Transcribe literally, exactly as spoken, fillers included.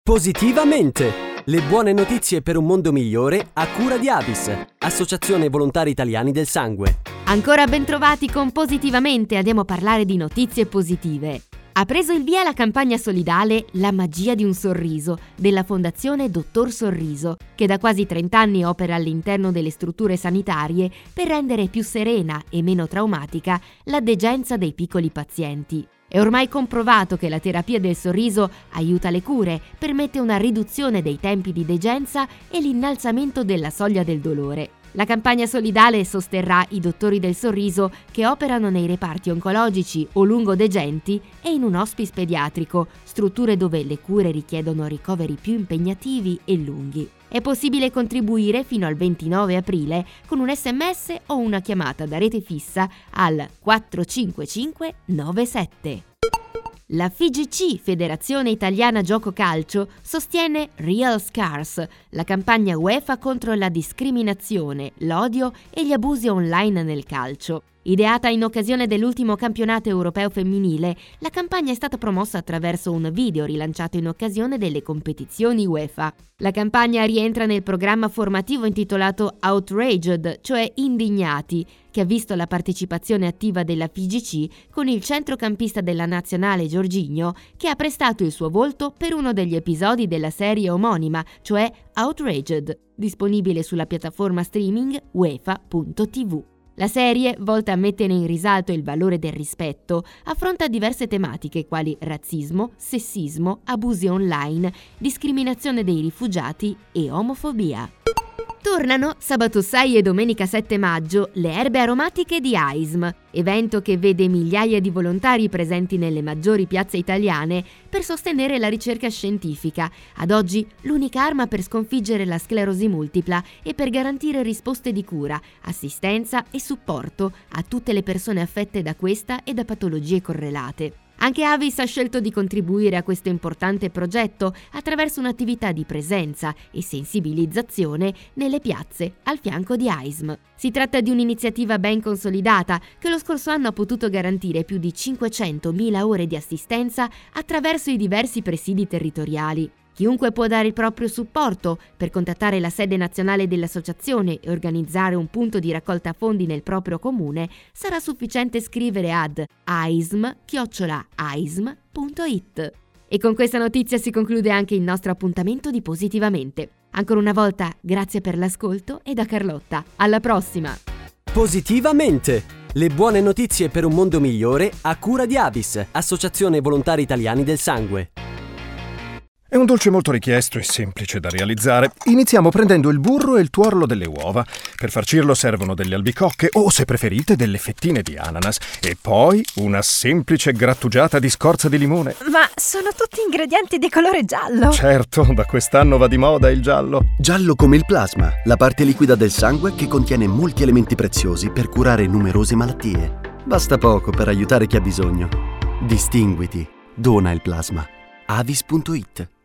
Positivamente! Le buone notizie per un mondo migliore a cura di Avis, Associazione Volontari Italiani del Sangue. Ancora ben trovati con Positivamente, andiamo a parlare di notizie positive. Ha preso il via la campagna solidale La magia di un sorriso della Fondazione Dottor Sorriso, che da quasi trenta anni opera all'interno delle strutture sanitarie per rendere più serena e meno traumatica la degenza dei piccoli pazienti. È ormai comprovato che la terapia del sorriso aiuta le cure, permette una riduzione dei tempi di degenza e l'innalzamento della soglia del dolore. La campagna solidale sosterrà i dottori del sorriso che operano nei reparti oncologici o lungodegenti e in un hospice pediatrico, strutture dove le cure richiedono ricoveri più impegnativi e lunghi. È possibile contribuire fino al ventinove aprile con un sms o una chiamata da rete fissa al quattro cinque cinque nove sette. La F I G C, Federazione Italiana Gioco Calcio, sostiene Real Scars, la campagna UEFA contro la discriminazione, l'odio e gli abusi online nel calcio. Ideata in occasione dell'ultimo campionato europeo femminile, la campagna è stata promossa attraverso un video rilanciato in occasione delle competizioni UEFA. La campagna rientra nel programma formativo intitolato Outraged, cioè Indignati, che ha visto la partecipazione attiva della F I G C con il centrocampista della nazionale Jorginho, che ha prestato il suo volto per uno degli episodi della serie omonima, cioè Outraged, disponibile sulla piattaforma streaming UEFA punto tivù. La serie, volta a mettere in risalto il valore del rispetto, affronta diverse tematiche quali razzismo, sessismo, abusi online, discriminazione dei rifugiati e omofobia. Tornano sabato sei e domenica sette maggio le erbe aromatiche di A I S M, evento che vede migliaia di volontari presenti nelle maggiori piazze italiane per sostenere la ricerca scientifica, ad oggi l'unica arma per sconfiggere la sclerosi multipla e per garantire risposte di cura, assistenza e supporto a tutte le persone affette da questa e da patologie correlate. Anche Avis ha scelto di contribuire a questo importante progetto attraverso un'attività di presenza e sensibilizzazione nelle piazze al fianco di A I S M. Si tratta di un'iniziativa ben consolidata che lo scorso anno ha potuto garantire più di cinquecentomila ore di assistenza attraverso i diversi presidi territoriali. Chiunque può dare il proprio supporto per contattare la sede nazionale dell'associazione e organizzare un punto di raccolta fondi nel proprio comune. Sarà sufficiente scrivere ad aism chiocciola aism punto it. E con questa notizia si conclude anche il nostro appuntamento di Positivamente. Ancora una volta, grazie per l'ascolto e da Carlotta. Alla prossima! Positivamente! Le buone notizie per un mondo migliore a cura di Avis, Associazione Volontari Italiani del Sangue. È un dolce molto richiesto e semplice da realizzare. Iniziamo prendendo il burro e il tuorlo delle uova. Per farcirlo servono delle albicocche o, se preferite, delle fettine di ananas. E poi una semplice grattugiata di scorza di limone. Ma sono tutti ingredienti di colore giallo! Certo, da quest'anno va di moda il giallo. Giallo come il plasma, la parte liquida del sangue che contiene molti elementi preziosi per curare numerose malattie. Basta poco per aiutare chi ha bisogno. Distinguiti. Dona il plasma. avis punto it